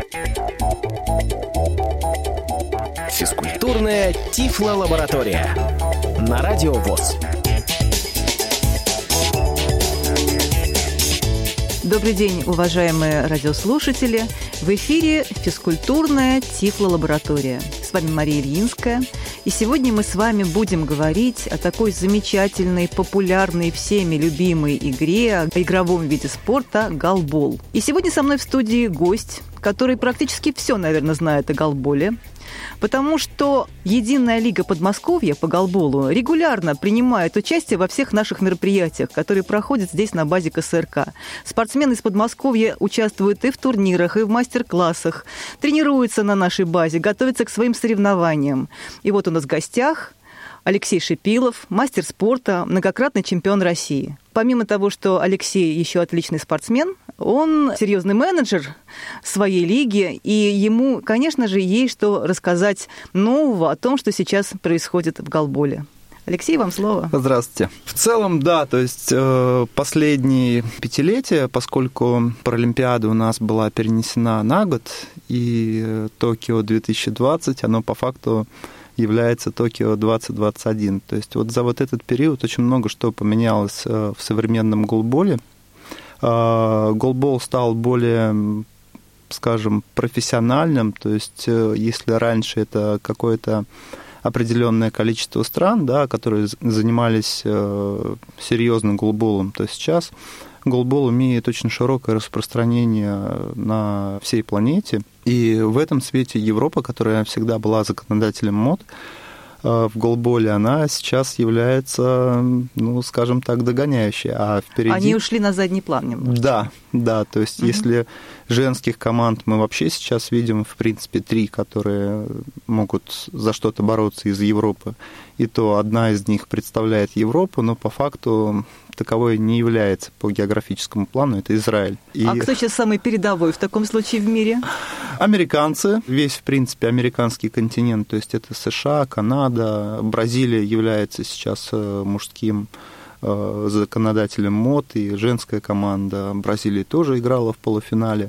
Физкультурная Тифло-лаборатория на Радио ВОС. Добрый день, уважаемые радиослушатели. В эфире физкультурная Тифло-лаборатория. С вами Мария Ильинская. И сегодня мы с вами будем говорить о такой замечательной, популярной, всеми любимой игре, о игровом виде спорта голбол. И сегодня со мной в студии гость, который практически все, наверное, знает о голболе. Потому что Единая лига Подмосковья по голболу регулярно принимает участие во всех наших мероприятиях, которые проходят здесь на базе КСРК. Спортсмены из Подмосковья участвуют и в турнирах, и в мастер-классах, тренируются на нашей базе, готовятся к своим соревнованиям. И вот у нас в гостях Алексей Шипилов, мастер спорта, многократный чемпион России. Помимо того, что Алексей еще отличный спортсмен, он серьезный менеджер своей лиги, и ему, конечно же, есть что рассказать нового о том, что сейчас происходит в голболе. Алексей, вам слово. Здравствуйте. В целом, да, то есть последние пятилетия, поскольку Паралимпиада у нас была перенесена на год, и Токио 2020, оно по факту является Токио 2021. То есть вот за вот этот период очень много что поменялось в современном голболе. Голбол стал более, скажем, профессиональным, то есть если раньше это какое-то определенное количество стран, да, которые занимались серьезным голболом, то сейчас голбол имеет очень широкое распространение на всей планете. И в этом свете Европа, которая всегда была законодателем мод в голболе, она сейчас является, ну, скажем так, догоняющей. А впереди... Они ушли на задний план немножко. Да, то есть если женских команд мы вообще сейчас видим, в принципе, 3, которые могут за что-то бороться из Европы, и то одна из них представляет Европу, но по факту таковой не является по географическому плану, это Израиль. А кто сейчас самый передовой в таком случае в мире? Американцы, весь, в принципе, американский континент, то есть это США, Канада, Бразилия является сейчас мужским законодателем мод, и женская команда Бразилии тоже играла в полуфинале.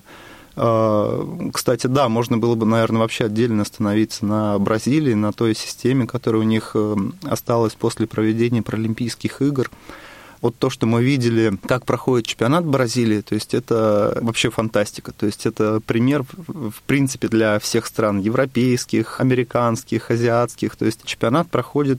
Кстати, да, можно было бы, наверное, вообще отдельно остановиться на Бразилии, на той системе, которая у них осталась после проведения Паралимпийских игр. Вот то, что мы видели, как проходит чемпионат Бразилии, то есть это вообще фантастика. То есть это пример, в принципе, для всех стран европейских, американских, азиатских. То есть чемпионат проходит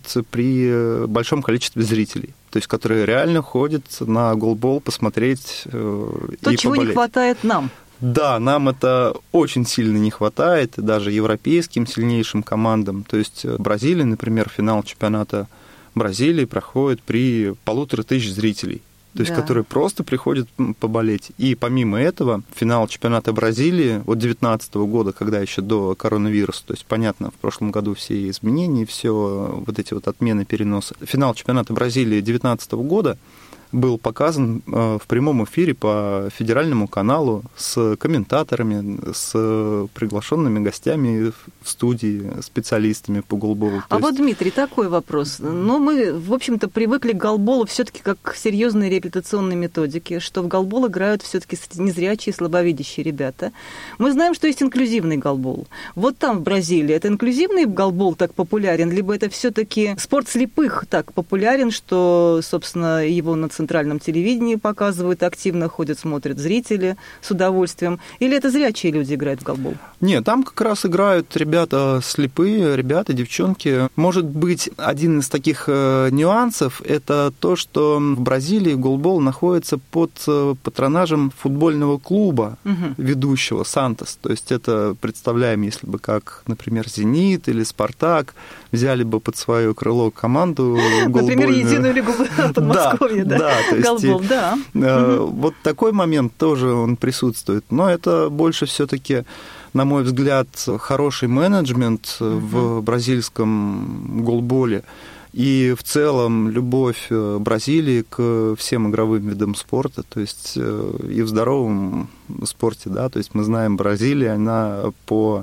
при большом количестве зрителей, то есть которые реально ходят на голбол посмотреть и поболеть. То, чего не хватает нам. Да, нам это очень сильно не хватает, даже европейским сильнейшим командам. То есть Бразилия, например, финал чемпионата Бразилии проходит при 1500 зрителей, то есть которые просто приходят поболеть. И помимо этого, финал чемпионата Бразилии от 2019 года, когда еще до коронавируса, то есть, понятно, в прошлом году все изменения, все вот эти вот отмены, переносы. Финал чемпионата Бразилии 2019 года был показан в прямом эфире по федеральному каналу с комментаторами, с приглашенными гостями в студии, специалистами по голболу. Вот, Дмитрий, такой вопрос. Ну, мы, в общем-то, привыкли к голболу все-таки как к серьезной реабилитационной методике, что в голбол играют все-таки незрячие, слабовидящие ребята. Мы знаем, что есть инклюзивный голбол. Вот там, в Бразилии, это инклюзивный голбол так популярен, либо это все-таки спорт слепых так популярен, что, собственно, его на центральном телевидении показывают, активно ходят, смотрят зрители с удовольствием. Или это зрячие люди играют в голбол? Нет, там как раз играют ребята слепые, ребята, девчонки. Может быть, один из таких нюансов – это то, что в Бразилии голбол находится под патронажем футбольного клуба ведущего «Сантос». То есть это представляем, если бы как, например, «Зенит» или «Спартак» взяли бы под свое крыло команду голбольную. Например, Единую лигу Подмосковья, да? Да, то есть голбол, да. Вот такой момент тоже он присутствует. Но это больше все-таки, на мой взгляд, хороший менеджмент в бразильском голболе. И в целом любовь Бразилии к всем игровым видам спорта, то есть и в здоровом спорте, да, то есть мы знаем, Бразилия, она по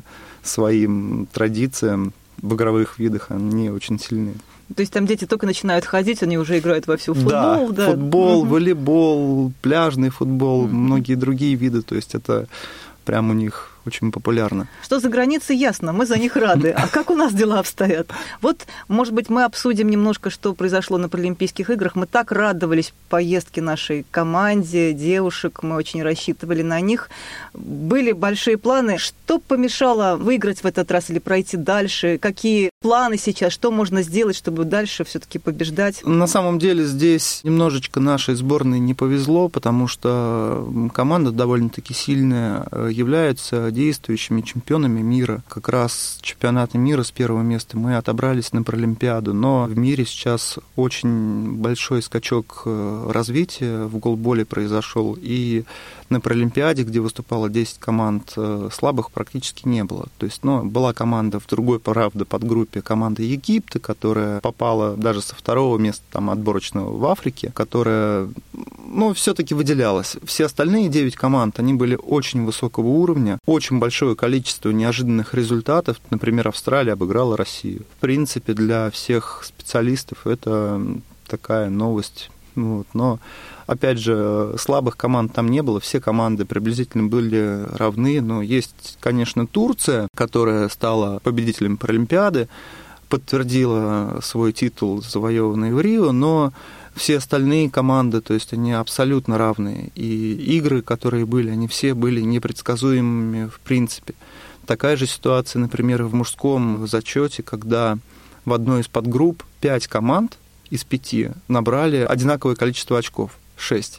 своим традициям в игровых видах, они очень сильные. То есть там дети только начинают ходить, они уже играют во всю футбол, да? Футбол, волейбол, пляжный футбол, многие другие виды, то есть это прям у них очень популярны. Что за границей, ясно, мы за них рады. А как у нас дела обстоят? Вот, может быть, мы обсудим немножко, что произошло на Паралимпийских играх. Мы так радовались поездке нашей команде, девушек, мы очень рассчитывали на них. Были большие планы. Что помешало выиграть в этот раз или пройти дальше? Какие планы сейчас? Что можно сделать, чтобы дальше все-таки побеждать? На самом деле здесь немножечко нашей сборной не повезло, потому что команда довольно-таки сильная, являются действующими чемпионами мира. Как раз чемпионаты мира с первого места мы отобрались на Паралимпиаду, но в мире сейчас очень большой скачок развития в голболе произошел, и на Паралимпиаде, где выступало 10 команд, слабых практически не было. То есть, была команда в другой, правда, подгруппе, команда Египта, которая попала даже со второго места там, отборочного в Африке, которая, все-таки выделялась. Все остальные 9 команд, они были очень высокого уровня, очень большое количество неожиданных результатов. Например, Австралия обыграла Россию. В принципе, для всех специалистов это такая новость. Но, опять же, слабых команд там не было, все команды приблизительно были равны, но есть, конечно, Турция, которая стала победителем Паралимпиады, подтвердила свой титул, завоеванный в Рио, но все остальные команды, то есть они абсолютно равные, и игры, которые были, они все были непредсказуемыми в принципе. Такая же ситуация, например, в мужском зачете, когда в одной из подгрупп 5 команд из 5 набрали одинаковое количество очков, 6.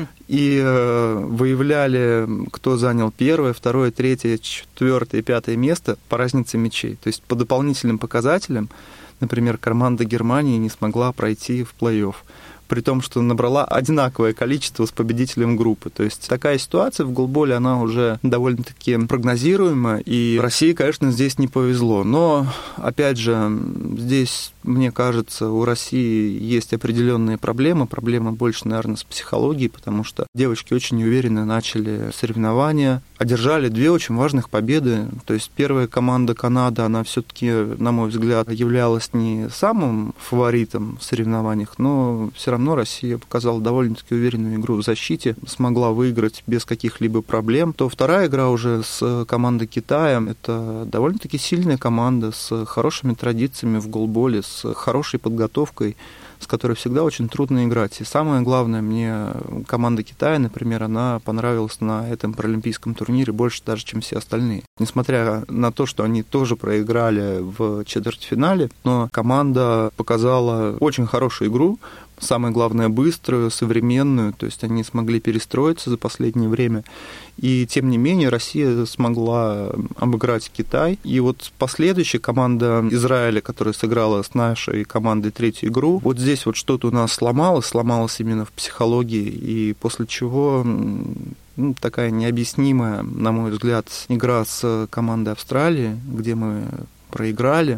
И выявляли, кто занял первое, второе, третье, четвертое, пятое место по разнице мячей. То есть по дополнительным показателям, например, команда Германии не смогла пройти в плей-офф, при том, что набрала одинаковое количество с победителем группы. То есть такая ситуация в голболе, она уже довольно-таки прогнозируема, и России, конечно, здесь не повезло. Но, опять же, здесь, мне кажется, у России есть определенные проблемы. Проблема больше, наверное, с психологией, потому что девочки очень уверенно начали соревнования, одержали 2 очень важных победы. То есть первая команда Канады, она все-таки, на мой взгляд, являлась не самым фаворитом в соревнованиях, но все равно Россия показала довольно-таки уверенную игру в защите, смогла выиграть без каких-либо проблем. То вторая игра уже с командой Китая, это довольно-таки сильная команда с хорошими традициями в голболе, с хорошей подготовкой, с которой всегда очень трудно играть. И самое главное, мне команда Китая, например, она понравилась на этом паралимпийском турнире больше даже, чем все остальные. Несмотря на то, что они тоже проиграли в четвертьфинале, но команда показала очень хорошую игру, самое главное, быструю, современную, то есть они смогли перестроиться за последнее время, и тем не менее Россия смогла обыграть Китай. И вот последующая команда Израиля, которая сыграла с нашей командой третью игру, вот здесь вот что-то у нас сломалось именно в психологии, и после чего такая необъяснимая, на мой взгляд, игра с командой Австралии, где мы проиграли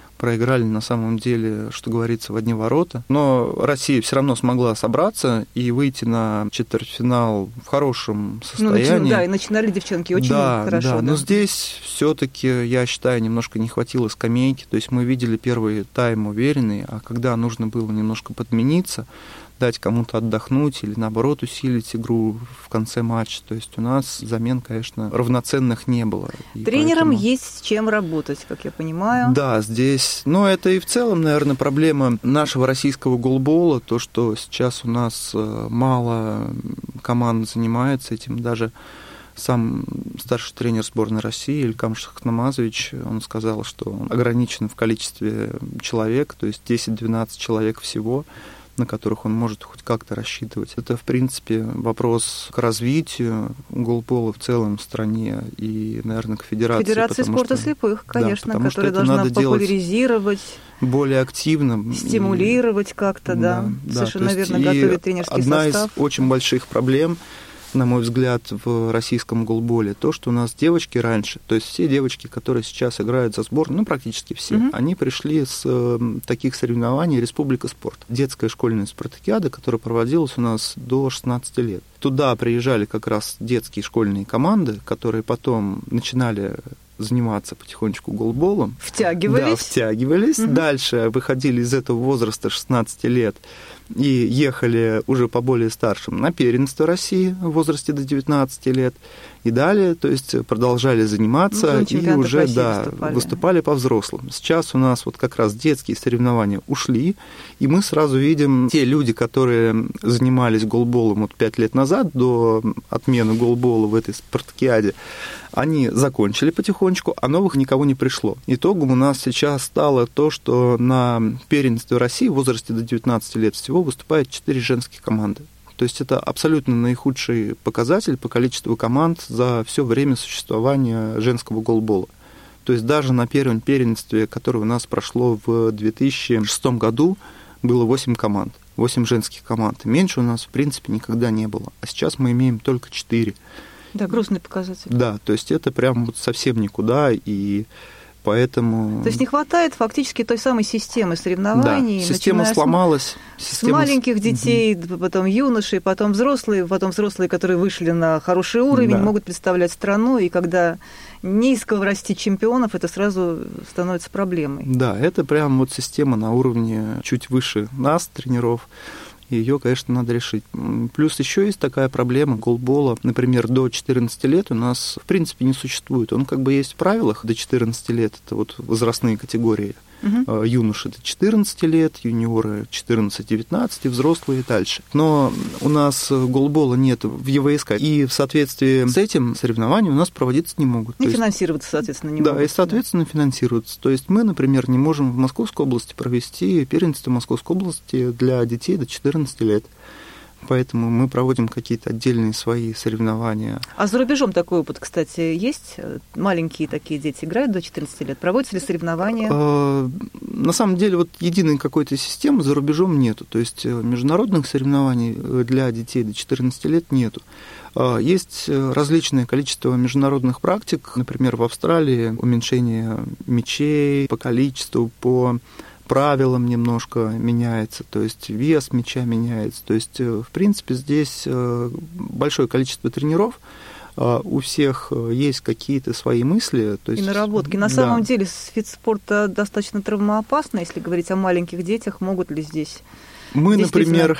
на самом деле, что говорится, в одни ворота. Но Россия все равно смогла собраться и выйти на четвертьфинал в хорошем состоянии. И начинали девчонки очень хорошо. Да, но здесь все-таки, я считаю, немножко не хватило скамейки. То есть мы видели первый тайм уверенный, а когда нужно было немножко подмениться, дать кому-то отдохнуть или, наоборот, усилить игру в конце матча. То есть у нас замен, конечно, равноценных не было. Тренерам есть с чем работать, как я понимаю. Да, здесь... это и в целом, наверное, проблема нашего российского голбола, то, что сейчас у нас мало команд занимается этим. Даже сам старший тренер сборной России Илькам Шахнамазович, он сказал, что он ограничен в количестве человек, то есть 10-12 человек всего, на которых он может хоть как-то рассчитывать. Это, в принципе, вопрос к развитию голбола в целом в стране и, наверное, к федерации. Федерации спорта слепых, конечно, да, которая должна популяризировать, более активно. Стимулировать как-то, да. Совершенно верно, готовить тренерский состав. Одна из очень больших проблем, на мой взгляд, в российском голболе, то, что у нас девочки раньше, то есть все девочки, которые сейчас играют за сборную, практически все, они пришли с таких соревнований Республика спорт. Детская школьная спартакиада, которая проводилась у нас до 16 лет. Туда приезжали как раз детские школьные команды, которые потом начинали заниматься потихонечку голболом. Втягивались. Да, втягивались. Дальше выходили из этого возраста 16 лет и ехали уже по более старшим на первенство России в возрасте до 19 лет. И далее, то есть продолжали заниматься и уже выступали по взрослым. Сейчас у нас вот как раз детские соревнования ушли, и мы сразу видим те люди, которые занимались голболом вот 5 лет назад, до отмены голбола в этой спартакиаде, они закончили потихонечку, а новых никого не пришло. Итогом у нас сейчас стало то, что на первенстве России в возрасте до 19 лет всего выступает 4 женские команды. То есть это абсолютно наихудший показатель по количеству команд за все время существования женского голбола. То есть даже на первом первенстве, которое у нас прошло в 2006 году, было 8 команд, 8 женских команд. Меньше у нас, в принципе, никогда не было. А сейчас мы имеем только 4. Да, грустный показатель. Да, то есть это прям вот совсем никуда, и поэтому... То есть не хватает фактически той самой системы соревнований. Да, система сломалась. С маленьких детей, потом юношей, потом взрослые, которые вышли на хороший уровень, могут представлять страну, и когда не из кого расти чемпионов, это сразу становится проблемой. Да, это прям вот система на уровне чуть выше нас, тренеров. Ее, конечно, надо решить. Плюс еще есть такая проблема голбола. Например, до 14 лет у нас, в принципе, не существует. Он как бы есть в правилах до 14 лет. Это вот возрастные категории. Юноши до 14 лет, юниоры 14-19, и взрослые дальше. Но у нас голбола нет в ЕВСК, и в соответствии с этим соревнования у нас проводиться не могут. И финансироваться, соответственно, не могут. Да, и, соответственно, финансироваться. То есть мы, например, не можем в Московской области провести первенство Московской области для детей до 14 лет. Поэтому мы проводим какие-то отдельные свои соревнования. А за рубежом такой опыт, кстати, есть? Маленькие такие дети играют до 14 лет? Проводятся ли соревнования? На самом деле, вот единой какой-то системы за рубежом нету. То есть международных соревнований для детей до 14 лет нету. Есть различное количество международных практик. Например, в Австралии уменьшение мячей по количеству, по правилам немножко меняется, то есть вес мяча меняется. То есть, в принципе, здесь большое количество тренеров, у всех есть какие-то свои мысли. То есть, и наработки. На самом деле вид спорта достаточно травмоопасный, если говорить о маленьких детях. Могут ли здесь... Мы, например,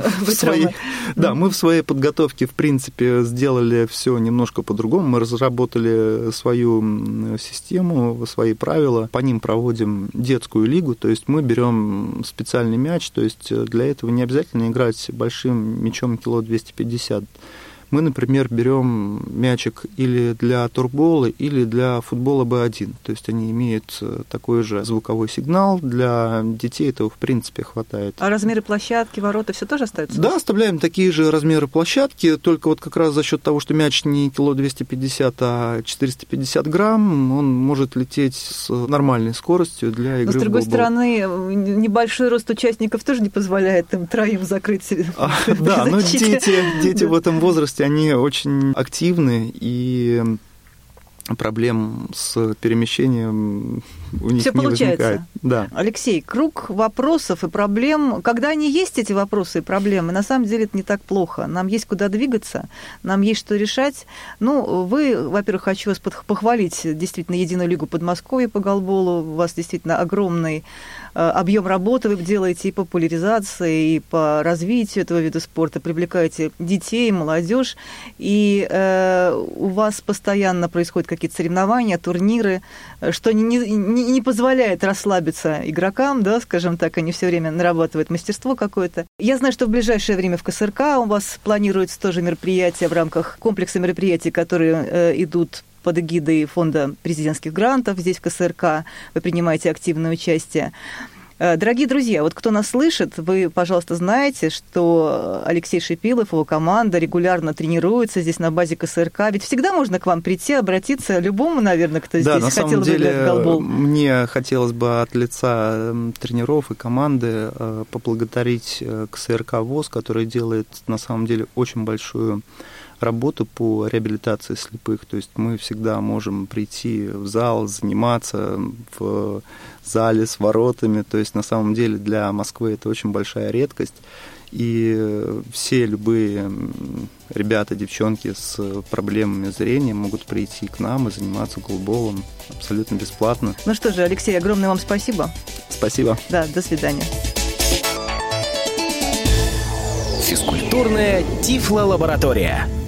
мы в своей подготовке, в принципе, сделали все немножко по-другому. Мы разработали свою систему, свои правила. По ним проводим детскую лигу. То есть мы берем специальный мяч. То есть для этого не обязательно играть большим мячом кило 250. Мы, например, берем мячик или для турбола, или для футбола Б1. То есть они имеют такой же звуковой сигнал. Для детей этого, в принципе, хватает. А размеры площадки, ворота, все тоже остаются? Да, оставляем такие же размеры площадки, только вот как раз за счет того, что мяч не кило 250, а 450 грамм, он может лететь с нормальной скоростью для игры в голбол. Но, с другой стороны, небольшой рост участников тоже не позволяет им троим закрыть себе. Да, но дети в этом возрасте, они очень активны, и проблем с перемещением у них не возникает. Да. Алексей, круг вопросов и проблем. Когда они есть, эти вопросы и проблемы, на самом деле это не так плохо. Нам есть куда двигаться, нам есть что решать. Ну, вы, во-первых, хочу вас похвалить действительно Единую лигу Подмосковья по голболу. У вас действительно огромный объем работы вы делаете и по популяризации, и по развитию этого вида спорта, привлекаете детей, молодежь, и у вас постоянно происходят какие-то соревнования, турниры, что не позволяет расслабиться игрокам, да, скажем так, они все время нарабатывают мастерство какое-то. Я знаю, что в ближайшее время в КСРК у вас планируется тоже мероприятие в рамках комплекса мероприятий, которые идут под эгидой фонда президентских грантов здесь, в КСРК. Вы принимаете активное участие. Дорогие друзья, вот кто нас слышит, вы, пожалуйста, знаете, что Алексей Шипилов, его команда регулярно тренируется здесь на базе КСРК. Ведь всегда можно к вам прийти, обратиться любому, наверное, кто здесь хотел бы играть в голбол. Мне хотелось бы от лица тренеров и команды поблагодарить КСРК ВОС, который делает, на самом деле, очень большую работу по реабилитации слепых. То есть мы всегда можем прийти в зал, заниматься в зале с воротами. То есть на самом деле для Москвы это очень большая редкость. И все любые ребята, девчонки с проблемами зрения могут прийти к нам и заниматься голболом абсолютно бесплатно. Ну что же, Алексей, огромное вам спасибо. Спасибо. Да, до свидания. Физкультурная Тифло-лаборатория.